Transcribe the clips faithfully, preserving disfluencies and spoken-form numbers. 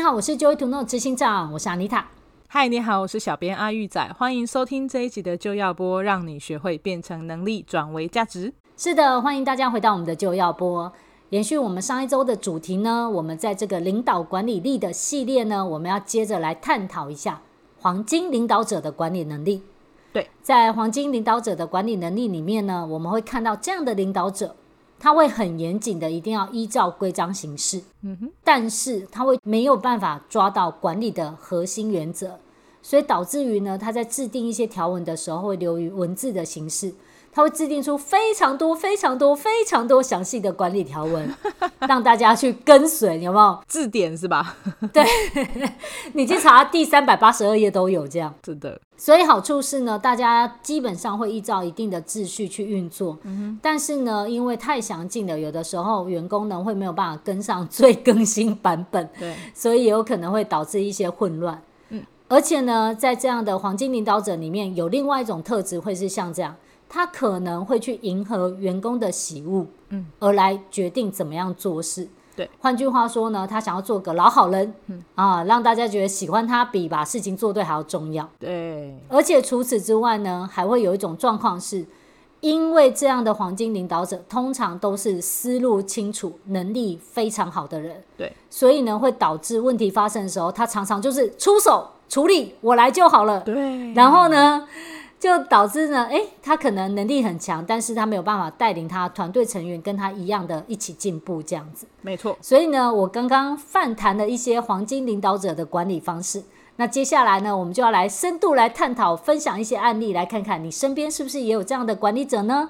好，我是 Joy to Know 执行长，我是 Anita。 嗨，你好，我是小编阿玉仔，欢迎收听这一集的就要播，让你学会变成能力转为价值。 是的，欢迎大家回到我们的就要播。延续我们上一周的主题呢，我们在这个领导管理力的系列呢，我们要接着来探讨一下黄金领导者的管理能力。 对， 在黄金领导者的管理能力里面呢，我们会看到这样的领导者，他会很严谨的一定要依照规章行事，嗯哼，但是他会没有办法抓到管理的核心原则，所以导致于呢，他在制定一些条文的时候会流于文字的形式，他会制定出非常多非常多非常多详细的管理条文让大家去跟随，有没有？ 字典是吧？ 对，你去查第三百八十二页都有这样， 是的。 所以好处是呢，大家基本上会依照一定的秩序去运作，嗯，但是呢，因为太详尽了，有的时候员工呢会没有办法跟上最更新版本，对，所以也有可能会导致一些混乱。嗯，而且呢，在这样的黄金领导者里面，有另外一种特质会是像这样，他可能会去迎合员工的喜恶，嗯，而来决定怎么样做事。对，换句话说呢，他想要做个老好人，嗯啊，让大家觉得喜欢他比把事情做对还要重要。对，而且除此之外呢，还会有一种状况是，因为这样的黄金领导者通常都是思路清楚、能力非常好的人，对，所以呢，会导致问题发生的时候，他常常就是出手处理，我来就好了。对，然后呢？就导致呢，哎，他可能能力很强，但是他没有办法带领他团队成员跟他一样的一起进步，这样子。没错。所以呢，我刚刚泛谈了一些黄金领导者的管理方式。那接下来呢，我们就要来深度来探讨，分享一些案例，来看看你身边是不是也有这样的管理者呢？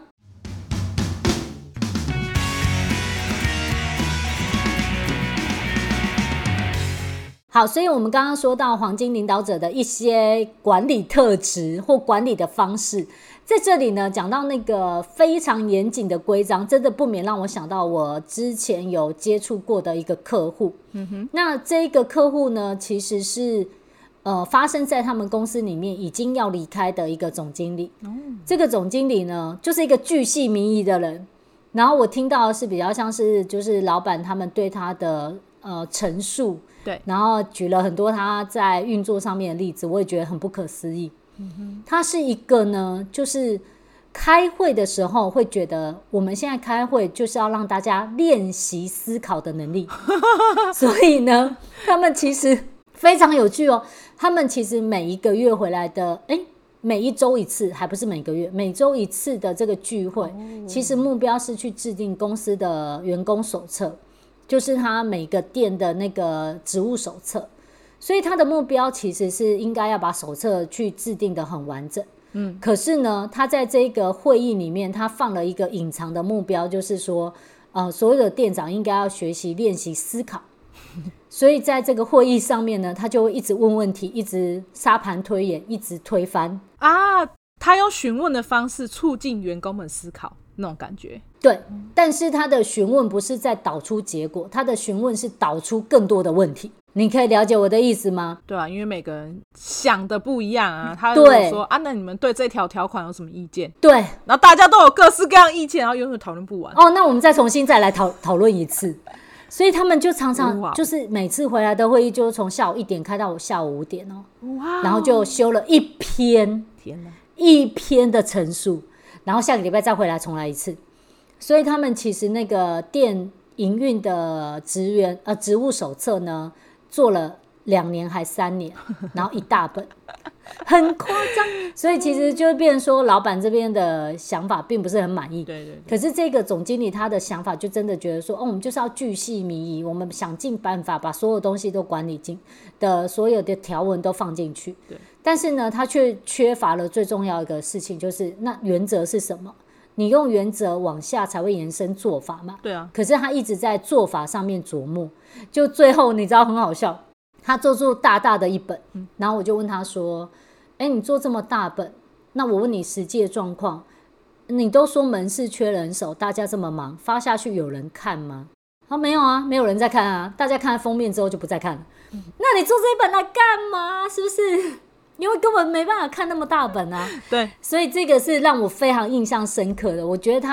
好，所以我们刚刚说到黄金领导者的一些管理特质或管理的方式，在这里呢讲到那个非常严谨的规章，真的不免让我想到我之前有接触过的一个客户。嗯哼，那这个客户呢，其实是呃发生在他们公司里面已经要离开的一个总经理。哦，这个总经理呢，就是一个巨细靡遗的人。然后我听到的是比较像是就是老板他们对他的呃陈述。对，然后举了很多他在运作上面的例子，我也觉得很不可思议。嗯哼，他是一个呢，就是开会的时候会觉得我们现在开会就是要让大家练习思考的能力，所以呢，他们其实非常有趣哦。他们其实每一个月回来的，哎，每一周一次，还不是每个月，每周一次的这个聚会，哦，其实目标是去制定公司的员工手册。就是他每个店的那个职务手册，所以他的目标其实是应该要把手册去制定的很完整。嗯，可是呢，他在这个会议里面，他放了一个隐藏的目标，就是说，呃，所有的店长应该要学习练习思考。所以在这个会议上面呢，他就会一直问问题，一直沙盘推演，一直推翻啊。他用询问的方式促进员工们思考。那种感觉， 对，但是他的询问不是在导出结果，他的询问是导出更多的问题。你可以了解我的意思吗？ 对啊，因为每个人想的不一样啊。他如果说啊，那你们对这条条款有什么意见？对，然后大家都有各式各样意见，然后永远讨论不完。 哦，那我们再重新再来讨讨论一次。所以他们就常常就是每次回来的会议，就从下午一点开到下午五点哦，哇，然后就修了一篇，天哪，一篇的陈述。然后下个礼拜再回来重来一次，所以他们其实那个店营运的职员呃职务手册呢，做了两年还三年，然后一大本，很夸张。所以其实就变成说，老板这边的想法并不是很满意。对 对, 对。可是这个总经理他的想法就真的觉得说，哦，我们就是要巨细靡遗，我们想尽办法把所有东西都管理进的所有的条文都放进去。对。但是呢，他却缺乏了最重要一个事情，就是那原则是什么？你用原则往下才会延伸做法嘛。对啊。可是他一直在做法上面琢磨，就最后你知道很好笑，他做出大大的一本，嗯，然后我就问他说：“哎，你做这么大本，那我问你实际的状况，你都说门市缺人手，大家这么忙，发下去有人看吗？”他说：“没有啊，没有人在看啊，大家看了封面之后就不再看了。嗯”那你做这一本来干嘛？是不是？因为根本没办法看那么大本啊。对，所以这个是让我非常印象深刻的。我觉得他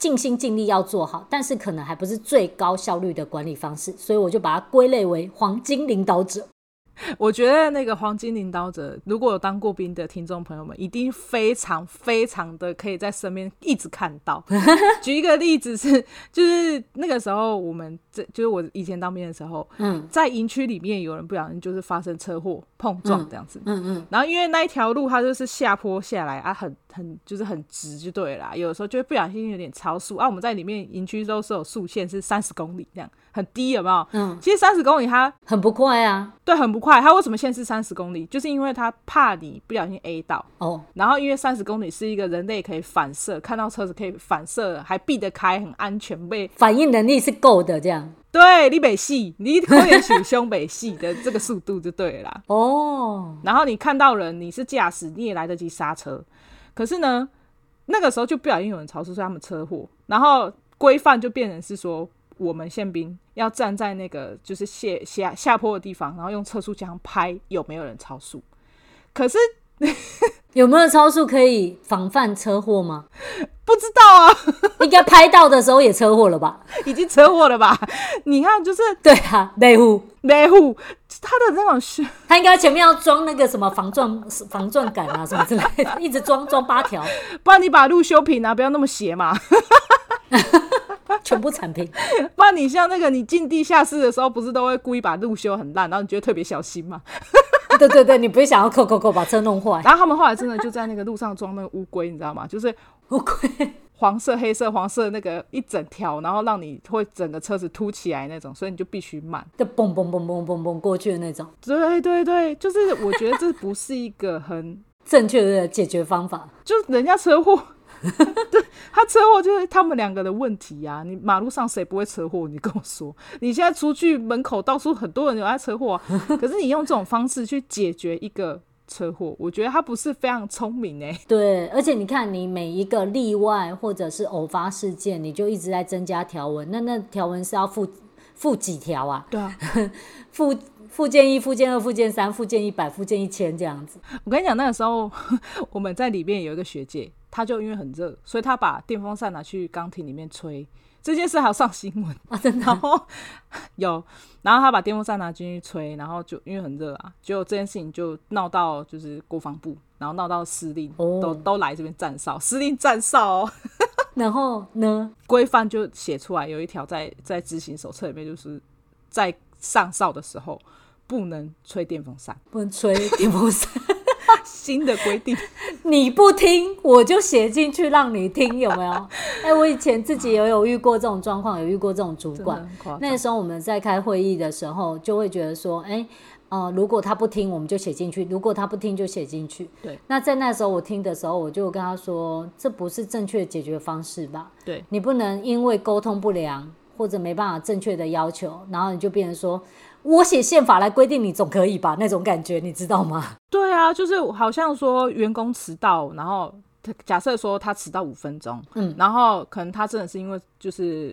尽心尽力要做好，但是可能还不是最高效率的管理方式，所以我就把它归类为黄金领导者。 我觉得那个黄金领导者，如果有当过兵的听众朋友们，一定非常非常的可以在身边一直看到。举一个例子是，就是那个时候我们就是我以前当兵的时候，嗯，在营区里面有人不小心就是发生车祸碰撞这样子，嗯 嗯, 嗯，然后因为那一条路它就是下坡下来啊，很很就是很直就对了啦，有的时候就会不小心有点超速啊。我们在里面营区都是有速限是三十公里这样，很低有没有？嗯，其实三十公里它很不快啊， 对，很不快。它为什么限是三十公里？就是因为它怕你不小心 A 到哦。然后因为三十公里是一个人类可以反射，看到车子可以反射，还避得开，很安全，被反应能力是够的这样。 对，你不死，你可以手胸不死的这个速度就对了啦。哦，然后你看到人，你是驾驶，你也来得及刹车。可是呢，那个时候就不小心有人超速，所以他们车祸。然后规范就变成是说，我们宪兵要站在那个就是下下下坡的地方，然后用测速枪拍有没有人超速。可是有没有超速可以防范车祸吗？ 不知道啊， 应该拍到的时候也车祸了吧？ 已经车祸了吧？你看，就是对啊，内户内户，他的那种， 他应该前面要装那个什么防撞防撞杆啊什么之类的，一直装装八条， 不然你把路修平啊，不要那么斜嘛。 全部铲平， 不然你像那个你进地下室的时候，不是都会故意把路修很烂，然后你觉得特别小心吗？ 对对对，你不是想要扣扣扣把车弄坏。 然后他们后来真的就在那个路上装那个乌龟，你知道吗？就是乌龟黄色、黑色、黄色那个一整条，然后让你会整个车子凸起来那种，所以你就必须慢， 就蹦蹦蹦蹦蹦蹦过去的那种。 对对对，就是我觉得这不是一个很正确的解决方法， 就是人家车祸。对，他车祸就是他们两个的问题啊！你马路上谁不会车祸？你跟我说，你现在出去门口到处很多人有在车祸、啊，可是你用这种方式去解决一个车祸，我觉得他不是非常聪明哎、欸。 对，而且你看，你每一个例外或者是偶发事件，你就一直在增加条文，那那条文是要附附几条啊？ 对啊， 附。附件一、附件二、附件三、附件一百、附件一千这样子。 我跟你讲，那个时候我们在里面有一个学姐，她就因为很热，所以她把电风扇拿去钢艇里面吹。这件事还有上新闻啊，真的。 然后有，然后她把电风扇拿进去吹，然后就因为很热啊，结果这件事情就闹到就是国防部，然后闹到司令、哦、都都来这边站哨，司令站哨哦。 然后呢， 规范就写出来，有一条在在执行手册里面，就是在上哨的时候。不能吹电风扇， 不能吹电风扇， 新的规定。 你不听，我就写进去让你听，有没有？哎、欸，我以前自己也有遇过这种状况，有遇过这种主管。那时候我们在开会议的时候，就会觉得说，哎、欸，呃，如果他不听，我们就写进去；如果他不听，就写进去。 对。 那在那时候我听的时候，我就跟他说，这不是正确的解决方式吧？ 对。 你不能因为沟通不良或者没办法正确的要求，然后你就变成说。我写宪法来规定你总可以吧，那种感觉你知道吗？ 对啊，就是好像说员工迟到，然后假设说他迟到五分钟，嗯，然后可能他真的是因为就是、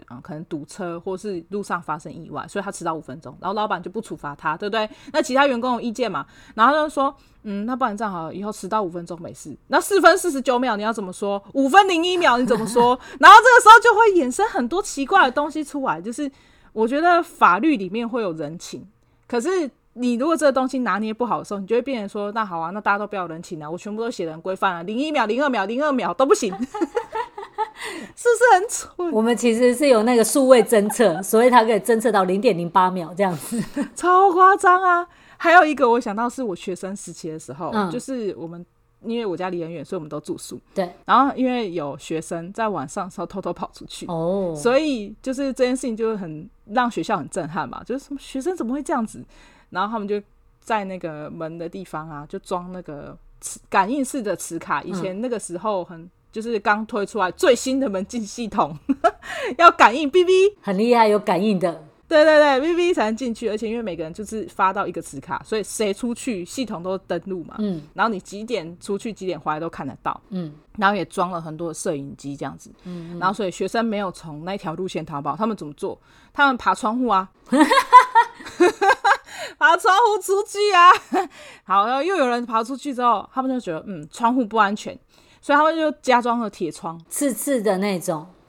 嗯、可能堵车或是路上发生意外，所以他迟到五分钟，然后老板就不处罚他，对不对？那其他员工有意见嘛？然后就说，嗯，那不然这样好了，以后迟到五分钟没事。那四分四十九秒你要怎么说？五分零一秒你怎么说？然后这个时候就会衍生很多奇怪的东西出来，就是。我觉得法律里面会有人情，可是你如果这个东西拿捏不好的时候，你就会变成说，那好啊，那大家都不要有人情啊，我全部都写得很规范啊，零一秒、零二秒、零二秒都不行，是不是很蠢？ 我们其实是有那个数位侦测，所以它可以侦测到零点零八秒这样子， 超夸张啊！还有一个我想到是我学生时期的时候，嗯、就是我们。因为我家离很远，所以我们都住宿。 对。 然后因为有学生在晚上的时候偷偷跑出去，哦，所以就是这件事情就很让学校很震撼嘛，就是什么学生怎么会这样子？然后他们就在那个门的地方啊，就装那个感应式的磁卡。以前那个时候很、嗯、就是刚推出来最新的门禁系统，要感应 B B， 很厉害，有感应的。 对对对 ，V V 才能进去，而且因为每个人就是发到一个磁卡，所以谁出去系统都登录嘛。嗯，然后你几点出去，几点回来都看得到。嗯，然后也装了很多的摄影机这样子。嗯，然后所以学生没有从那条路线逃跑，他们怎么做？他们爬窗户啊，爬窗户出去啊。好，然后又有人爬出去之后，他们就觉得嗯窗户不安全，所以他们就加装了铁窗， 刺刺的那种。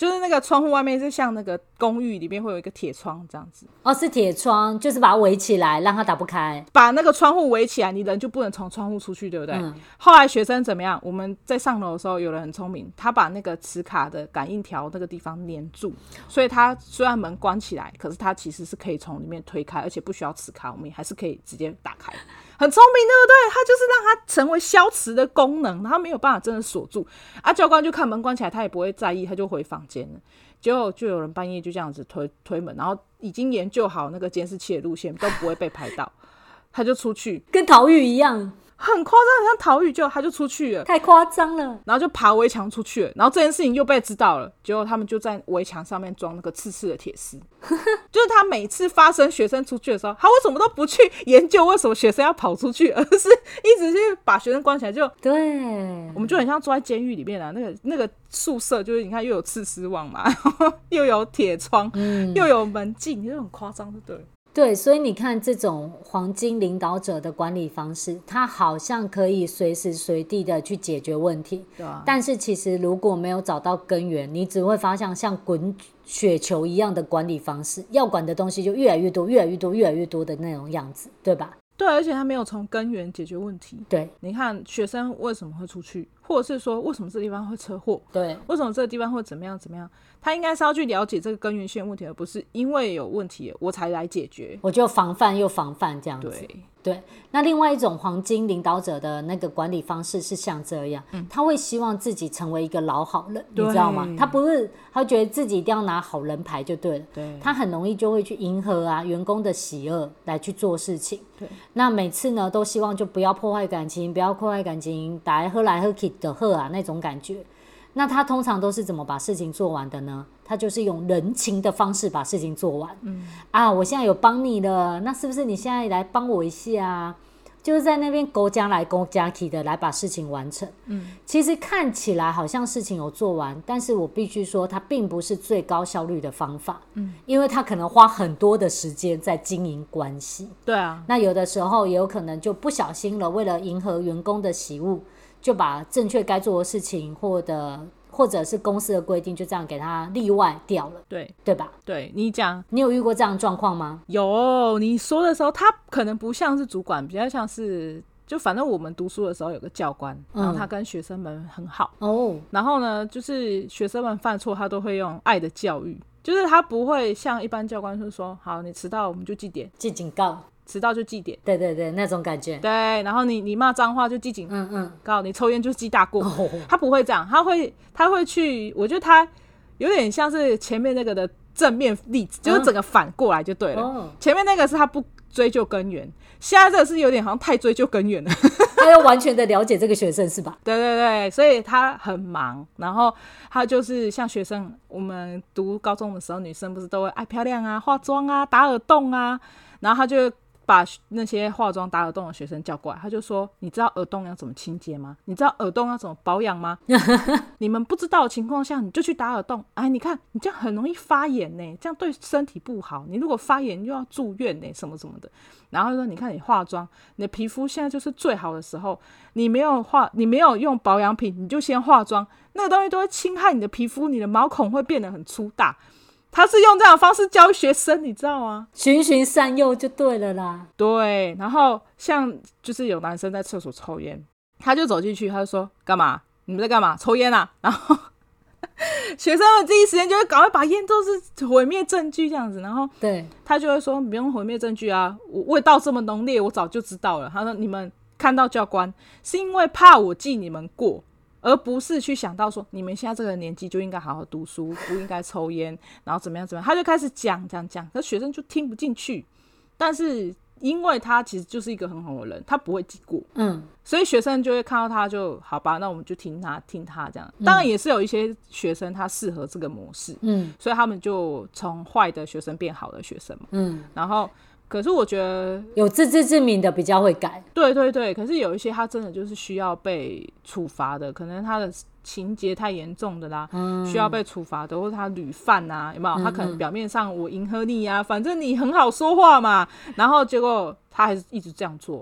就是那个窗户外面是像那个公寓里面会有一个铁窗这样子。 哦，是铁窗，就是把它围起来让它打不开， 把那个窗户围起来，你人就不能从窗户出去，对不对、嗯、后来学生怎么样，我们在上楼的时候有人很聪明，他把那个磁卡的感应条那个地方粘住，所以他虽然门关起来，可是他其实是可以从里面推开，而且不需要磁卡，我们还是可以直接打开，很聪明对不对？他就是让它成为消磁的功能，他没有办法真的锁住啊。教官就看门关起来，他也不会在意，他就回房间了。结果就有人半夜就这样子推推门，然后已经研究好那个监视器的路线都不会被拍到，他就出去， 跟逃狱一样， 很夸张，很像逃狱，就他就出去了， 太夸张了。 然后就爬围墙出去了，然后这件事情又被知道了，结果他们就在围墙上面装那个刺刺的铁丝，就是他每次发生学生出去的时候，他为什么都不去研究为什么学生要跑出去，而是一直去把学生关起来，就对， 我们就很像坐在监狱里面啊，那个那个宿舍就是你看又有刺丝网嘛，然后又有铁窗、嗯、又有门禁，就很夸张，对不对？ 对，所以你看这种黄金领导者的管理方式，他好像可以随时随地的去解决问题， 对啊， 但是其实如果没有找到根源，你只会发现像滚雪球一样的管理方式，要管的东西就越来越多越来越多越来越多的那种样子，对吧？ 对，而且他没有从根源解决问题。 对， 你看学生为什么会出去，或者是说为什么这地方会车祸， 对， 为什么这个地方会怎么样怎么样，他应该是要去了解这个根源性问题，而不是因为有问题我才来解决， 我就防范又防范这样子。 对对，那另外一种黄金领导者的那个管理方式是像这样、嗯、他会希望自己成为一个老好人，你知道吗？他不是，他觉得自己一定要拿好人牌就对了， 对， 他很容易就会去迎合啊员工的喜恶来去做事情。 对， 那每次呢都希望就不要破坏感情，不要破坏感情，打来喝来喝去的喝啊那种感觉。那他通常都是怎么把事情做完的呢？他就是用人情的方式把事情做完、嗯、啊我现在有帮你了，那是不是你现在来帮我一下啊？就是在那边勾加来勾加去的来把事情完成、嗯、其实看起来好像事情有做完，但是我必须说它并不是最高效率的方法、嗯、因为它可能花很多的时间在经营关系。 对啊， 那有的时候也有可能就不小心了，为了迎合员工的喜恶，就把正确该做的事情或者或者是公司的规定就这样给他例外掉了， 对对吧？ 对，你讲， 你有遇过这样的状况吗？ 有，你说的时候他可能不像是主管，比较像是就反正我们读书的时候有个教官，然后他跟学生们很好、嗯、然后呢就是学生们犯错他都会用爱的教育，就是他不会像一般教官是说好你迟到我们就记点记警告， 迟到就记点， 对对对，那种感觉。 对，然后你你骂脏话就记警嗯嗯告，你抽烟就记大过、哦、他不会这样，他会他会去，我觉得他有点像是前面那个的正面例子、嗯、就是整个反过来就对了、哦、前面那个是他不追究根源，现在这个是有点好像太追究根源了他要完全的了解这个学生是吧？ 对对对，所以他很忙，然后他就是像学生，我们读高中的时候女生不是都会爱漂亮啊化妆啊打耳洞啊，然后他就把那些化妆打耳洞的学生叫过来，他就说你知道耳洞要怎么清洁吗？你知道耳洞要怎么保养吗？你们不知道的情况下你就去打耳洞，哎，你看你这样很容易发炎呢，这样对身体不好，你如果发炎又要住院呢什么什么的。然后他说你看你化妆，你的皮肤现在就是最好的时候，你没有化你没有用保养品你就先化妆，那个东西都会侵害你的皮肤，你的毛孔会变得很粗大。他是用这样的方式教学生，你知道吗？ 循循善诱就对了啦。 对，然后像就是有男生在厕所抽烟，他就走进去，他就说干嘛？你们在干嘛？抽烟啊？然后学生们第一时间就会赶快把烟都是毁灭证据这样子，然后对他就会说不用毁灭证据啊，我味道这么浓烈我早就知道了。他说你们看到教官是因为怕我记你们过，而不是去想到说你们现在这个年纪就应该好好读书，不应该抽烟，然后怎么样怎么样，他就开始讲讲讲，可是学生就听不进去。但是因为他其实就是一个很好的人，他不会记过，嗯，所以学生就会看到他就好吧，那我们就听他听他这样。当然也是有一些学生他适合这个模式，嗯，所以他们就从坏的学生变好的学生嘛，嗯，然后可是我觉得有自知之明的比较会改， 对对对，可是有一些他真的就是需要被处罚的，可能他的情节太严重的啦、嗯、需要被处罚的，或者他屡犯啊，有没有、嗯、他可能表面上我迎合你啊、嗯、反正你很好说话嘛，然后结果他还是一直这样做啊，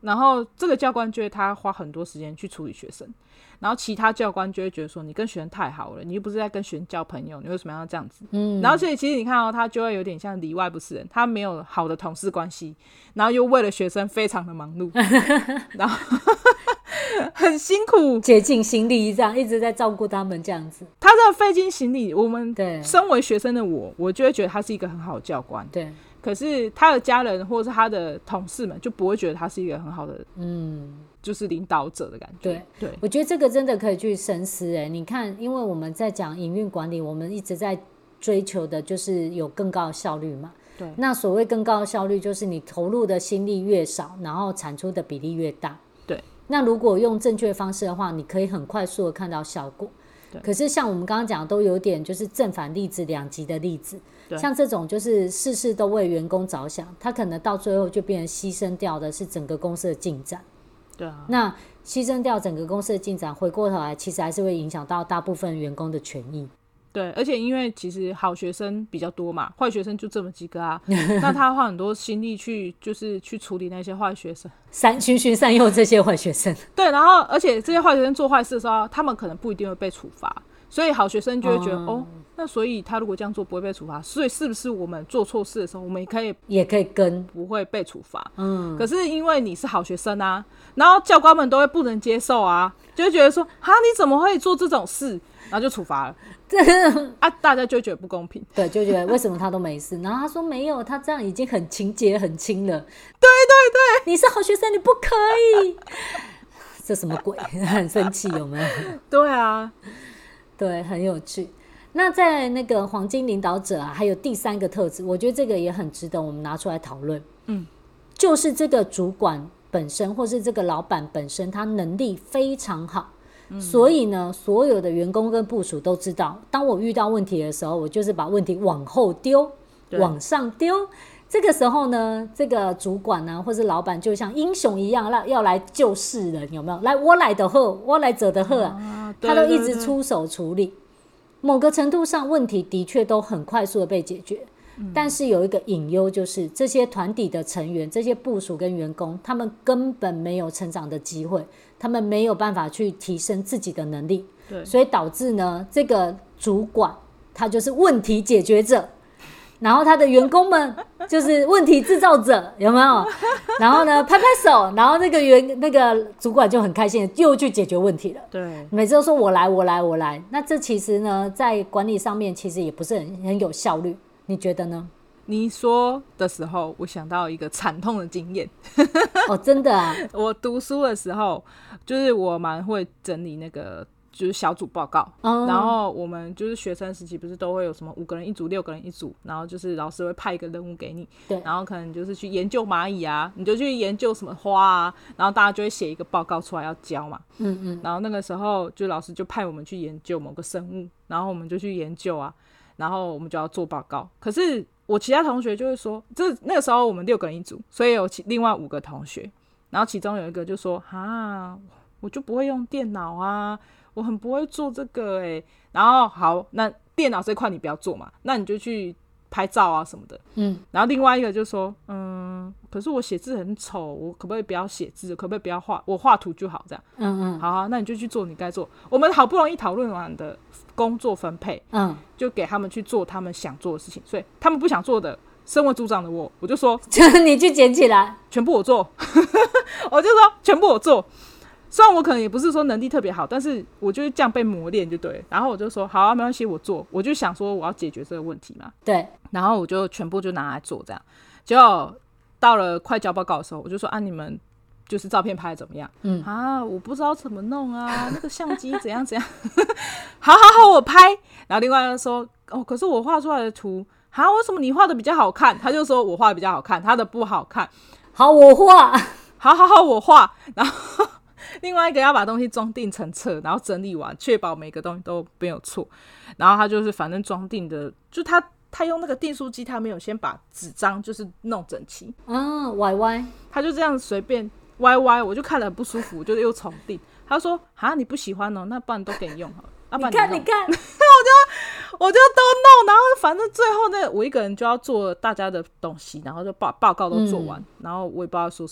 然后这个教官觉得他花很多时间去处理学生，然后其他教官就会觉得说你跟学生太好了，你又不是在跟学生交朋友，你为什么要这样子？嗯，然后所以其实你看哦，他就会有点像里外不是人，他没有好的同事关系，然后又为了学生非常的忙碌，然后很辛苦， 竭尽心力这样一直在照顾他们这样子。 他这个费尽心力，我们身为学生的我，我就会觉得他是一个很好的教官。 对。 可是他的家人或是他的同事们就不会觉得他是一个很好的，嗯，就是领导者的感觉。 对对， 我觉得这个真的可以去深思。哎，你看，因为我们在讲营运管理，我们一直在追求的就是有更高的效率嘛。 对， 那所谓更高的效率，就是你投入的心力越少，然后产出的比例越大。 对， 那如果用正确的方式的话，你可以很快速的看到效果。可是像我们刚刚讲的都有点就是正反例子两极的例子，像这种就是事事都为员工着想，他可能到最后就变成牺牲掉的是整个公司的进展。 对啊， 那牺牲掉整个公司的进展，回过头来其实还是会影响到大部分员工的权益。 对，而且因为其实好学生比较多嘛，坏学生就这么几个啊，那他花很多心力去就是去处理那些坏学生， 善循循善诱这些坏学生。 对，然后而且这些坏学生做坏事的时候，他们可能不一定会被处罚，所以好学生就会觉得、嗯、哦，那所以他如果这样做不会被处罚，所以是不是我们做错事的时候，我们也可以也可以跟不会被处罚？嗯，可是因为你是好学生啊，然后教官们都会不能接受啊，就会觉得说哈你怎么会做这种事，然后就处罚了。啊，大家就觉得不公平， 对，就觉得为什么他都没事，然后他说没有，他这样已经很情节很轻了。 对对对， 你是好学生，你不可以。这什么鬼？很生气，有没有？ 对啊， 对，很有趣。那在那个黄金领导者啊，还有第三个特质，我觉得这个也很值得我们拿出来讨论。嗯，就是这个主管本身，或是这个老板本身，他能力非常好。所以呢，所有的员工跟部属都知道，当我遇到问题的时候，我就是把问题往后丢，往上丢。这个时候呢，这个主管呢，或是老板就像英雄一样，要来救世人，有没有？来，我来的贺，我来者的贺、啊啊、他都一直出手处理。某个程度上，问题的确都很快速的被解决。但是有一个隐忧，就是这些团体的成员，这些部属跟员工，他们根本没有成长的机会，他们没有办法去提升自己的能力，对，所以导致呢，这个主管他就是问题解决者，然后他的员工们就是问题制造者，有没有？然后呢，拍拍手，然后那个员那个主管就很开心，又去解决问题了。 对， 每次都说我来，我来，我来。那这其实呢，在管理上面其实也不是很很有效率。你觉得呢？ 你说的时候，我想到一个惨痛的经验。 哦，真的啊！ 我读书的时候，就是我蛮会整理那个就是小组报告、哦、然后我们就是学生时期不是都会有什么五个人一组六个人一组，然后就是老师会派一个任务给你，对，然后可能就是去研究蚂蚁啊，你就去研究什么花啊，然后大家就会写一个报告出来要交嘛，嗯嗯，然后那个时候就老师就派我们去研究某个生物，然后我们就去研究啊，然后我们就要做报告。可是我其他同学就会说，这那个时候我们六个人一组，所以有另外五个同学，然后其中有一个就说哈，我就不会用电脑啊，我很不会做这个欸。然后好，那电脑这块你不要做嘛，那你就去拍照啊什么的。嗯，然后另外一个就说，嗯，可是我写字很丑，我可不可以不要写字？可不可以不要画？我画图就好，这样。嗯嗯，好啊，那你就去做你该做。我们好不容易讨论完的工作分配，嗯，就给他们去做他们想做的事情。所以他们不想做的，身为组长的我，我就说， 你去捡起来， 全部我做。我就说全部我做。虽然我可能也不是说能力特别好，但是我就是这样被磨练就对了。然后我就说好啊，没关系，我做。我就想说我要解决这个问题嘛。 对。 然后我就全部就拿来做这样。结果到了快交报告的时候，我就说啊，你们就是照片拍得怎么样？嗯啊，我不知道怎么弄啊，那个相机怎样怎样。好好好，我拍。然后另外一个说哦，可是我画出来的图，啊，为什么你画的比较好看？他就说我画的比较好看，他的不好看。 好，我画。 好好好，我画。然后。另外一个要把东西装订成册，然后整理完，确保每个东西都没有错。然后他就是反正装订的，就他他用那个订书机，他没有先把纸张就是弄整齐， 嗯，歪歪， 他就这样随便歪歪，我就看了很不舒服，我就又重订。他说啊，你不喜欢哦，那不然都给你用好了。啊、 你看你看，我就我就都弄，然后反正最后那我一个人就要做大家的东西，然后就把报告都做完、嗯，然后我也不知道说什么。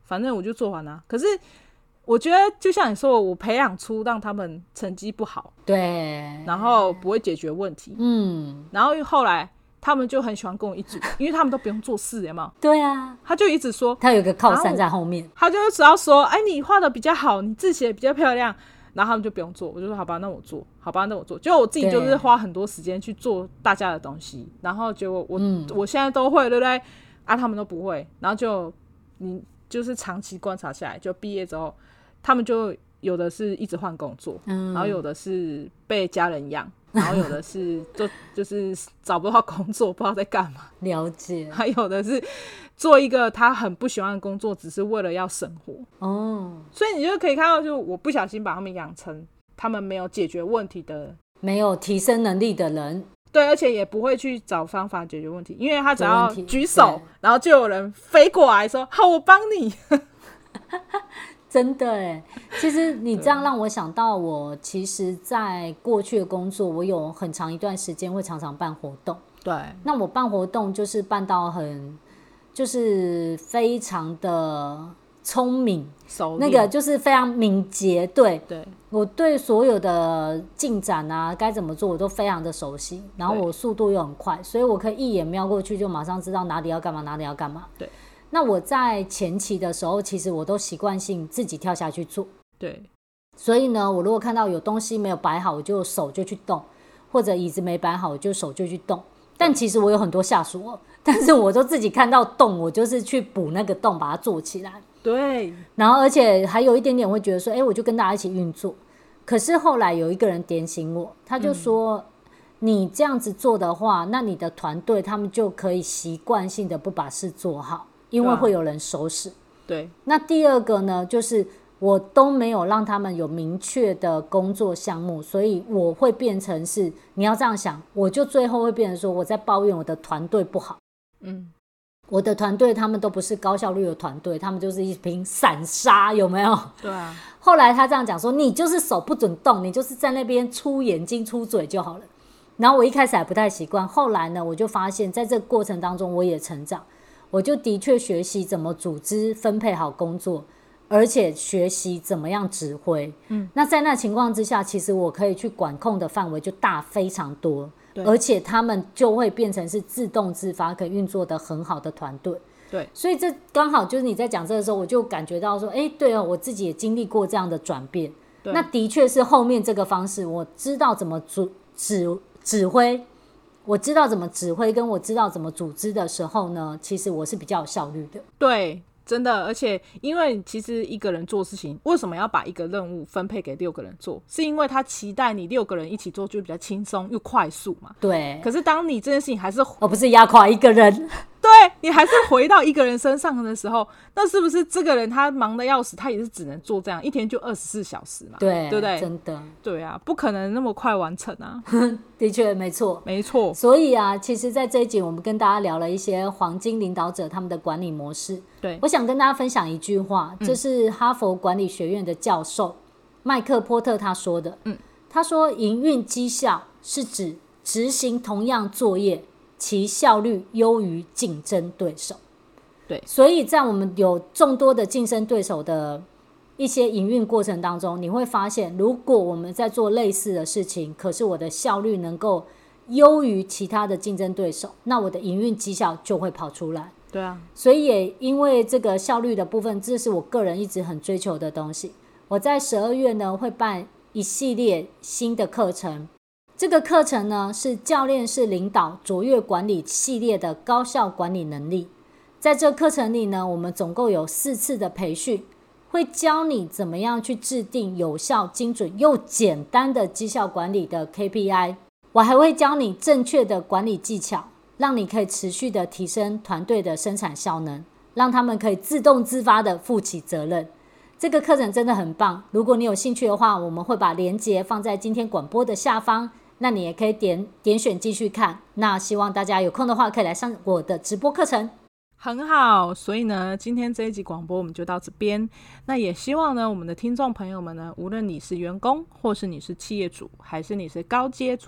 反正我就做完了。可是我觉得就像你说，我培养出让他们成绩不好， 对， 然后不会解决问题，嗯，然后后来他们就很喜欢跟我一组，因为他们都不用做事，有没有？ 对啊， 他就一直说他有一个靠山在后面， 他就只要说，哎，你画的比较好，你字写的比较漂亮，然后他们就不用做。我就说好吧，那我做，好吧，那我做。结果我自己就是花很多时间去做大家的东西，然后结果我、嗯、我现在都会，对不对？啊，他们都不会，然后就你就是长期观察下来，就毕业之后，他们就有的是一直换工作，嗯、然后有的是被家人养。然后有的是就就是找不到工作，不知道在干嘛。 了解。 还有的是做一个他很不喜欢的工作，只是为了要生活。哦，所以你就可以看到，就我不小心把他们养成他们没有解决问题的、 没有提升能力的人。 对，而且也不会去找方法解决问题，因为他只要举手，然后就有人飞过来说：“好，我帮你。” 真的耶，其实你这样让我想到，我其实在过去的工作，我有很长一段时间会常常办活动。 对， 那我办活动就是办到很，就是非常的聪明，那个就是非常敏捷。对， 对， 我对所有的进展啊，该怎么做我都非常的熟悉，然后我速度又很快，所以我可以一眼瞄过去就马上知道哪里要干嘛，哪里要干嘛。 对。 那我在前期的时候，其实我都习惯性自己跳下去做。 对， 所以呢，我如果看到有东西没有摆好，我就手就去动，或者椅子没摆好，我就手就去动。但其实我有很多下属哦，但是我都自己看到洞，我就是去补那个洞，把它做起来。 对， 然后而且还有一点点会觉得说，哎，我就跟大家一起运作。可是后来有一个人点醒我，他就说，嗯、你这样子做的话，那你的团队他们就可以习惯性的不把事做好。因为会有人收拾。 对。 那第二个呢，就是我都没有让他们有明确的工作项目，所以我会变成是，你要这样想，我就最后会变成说我在抱怨我的团队不好。嗯，我的团队他们都不是高效率的团队，他们就是一瓶散沙，有没有？ 对啊。 后来他这样讲说，你就是手不准动，你就是在那边出眼睛出嘴就好了。然后我一开始还不太习惯，后来呢，我就发现在这个过程当中我也成长。我就的确学习怎么组织分配好工作，而且学习怎么样指挥。嗯，那在那情况之下，其实我可以去管控的范围就大非常多，而且他们就会变成是自动自发可以运作的很好的团队。 对， 所以这刚好就是你在讲这个时候，我就感觉到说，哎，对哦，我自己也经历过这样的转变。那的确是后面这个方式，我知道怎么指指指挥。我知道怎么指挥，跟我知道怎么组织的时候呢，其实我是比较有效率的。 对，真的，而且因为其实一个人做事情，为什么要把一个任务分配给六个人做？是因为他期待你六个人一起做就比较轻松又快速嘛。 对。 可是当你这件事情还是而不是压垮一个人， 对，你还是回到一个人身上的时候，那是不是这个人他忙得要死，他也是只能做这样一天就二十四小时嘛？ 对， 对不对？ 真的， 对啊，不可能那么快完成啊。 的确，没错， 没错。 所以啊，其实在这一集我们跟大家聊了一些黄金领导者他们的管理模式。 对， 我想跟大家分享一句话，这是哈佛管理学院的教授、嗯、麦克波特他说的。嗯，他说，营运绩效是指执行同样作业，其效率优于竞争对手。 对， 所以在我们有众多的竞争对手的一些营运过程当中，你会发现，如果我们在做类似的事情，可是我的效率能够优于其他的竞争对手，那我的营运绩效就会跑出来。 对啊， 所以也因为这个效率的部分，这是我个人一直很追求的东西。我在十二月呢会办一系列新的课程，这个课程呢是教练式领导卓越管理系列的高效管理能力。在这课程里呢，我们总共有四次的培训，会教你怎么样去制定有效、精准又简单的绩效管理的 K P I。 我还会教你正确的管理技巧，让你可以持续的提升团队的生产效能，让他们可以自动自发的负起责任。这个课程真的很棒，如果你有兴趣的话，我们会把连结放在今天广播的下方，那你也可以点点选继续看。那希望大家有空的话可以来上我的直播课程。 很好，所以呢今天这一集广播我们就到这边。那也希望呢我们的听众朋友们呢，无论你是员工，或是你是企业主，还是你是高阶主管，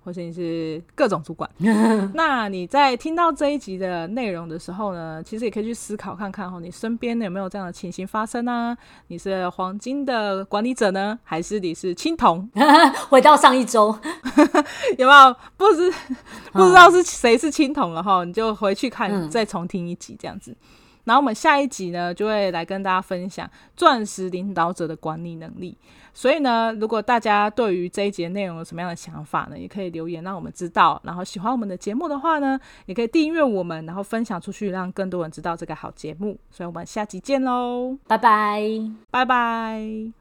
或是你是各种主管那你在听到这一集的内容的时候呢，其实也可以去思考看看、哦、你身边有没有这样的情形发生啊？你是黄金的管理者呢，还是你是青铜回到上一周有没有不知不知道是谁是青铜了齁，你就回去看、嗯、再重听一集这样子。然后我们下一集呢就会来跟大家分享钻石领导者的管理能力。所以呢，如果大家对于这一集的内容有什么样的想法呢，也可以留言让我们知道。然后喜欢我们的节目的话呢，也可以订阅我们，然后分享出去，让更多人知道这个好节目。所以我们下集见咯， 拜拜， 拜拜。